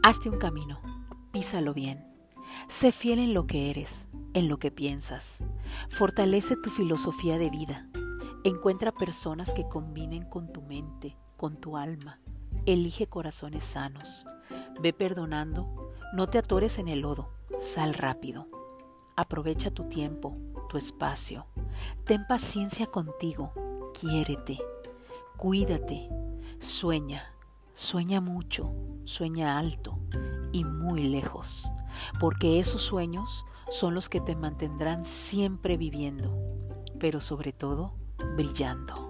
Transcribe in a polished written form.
Hazte un camino, písalo bien. Sé fiel en lo que eres, en lo que piensas. Fortalece tu filosofía de vida. Encuentra personas que combinen con tu mente, con tu alma. Elige corazones sanos. Ve perdonando. No te atores en el lodo. Sal rápido. Aprovecha tu tiempo, tu espacio. Ten paciencia contigo. Quiérete. Cuídate. Sueña. Sueña mucho. Sueña alto y muy lejos, porque esos sueños son los que te mantendrán siempre viviendo, pero sobre todo brillando.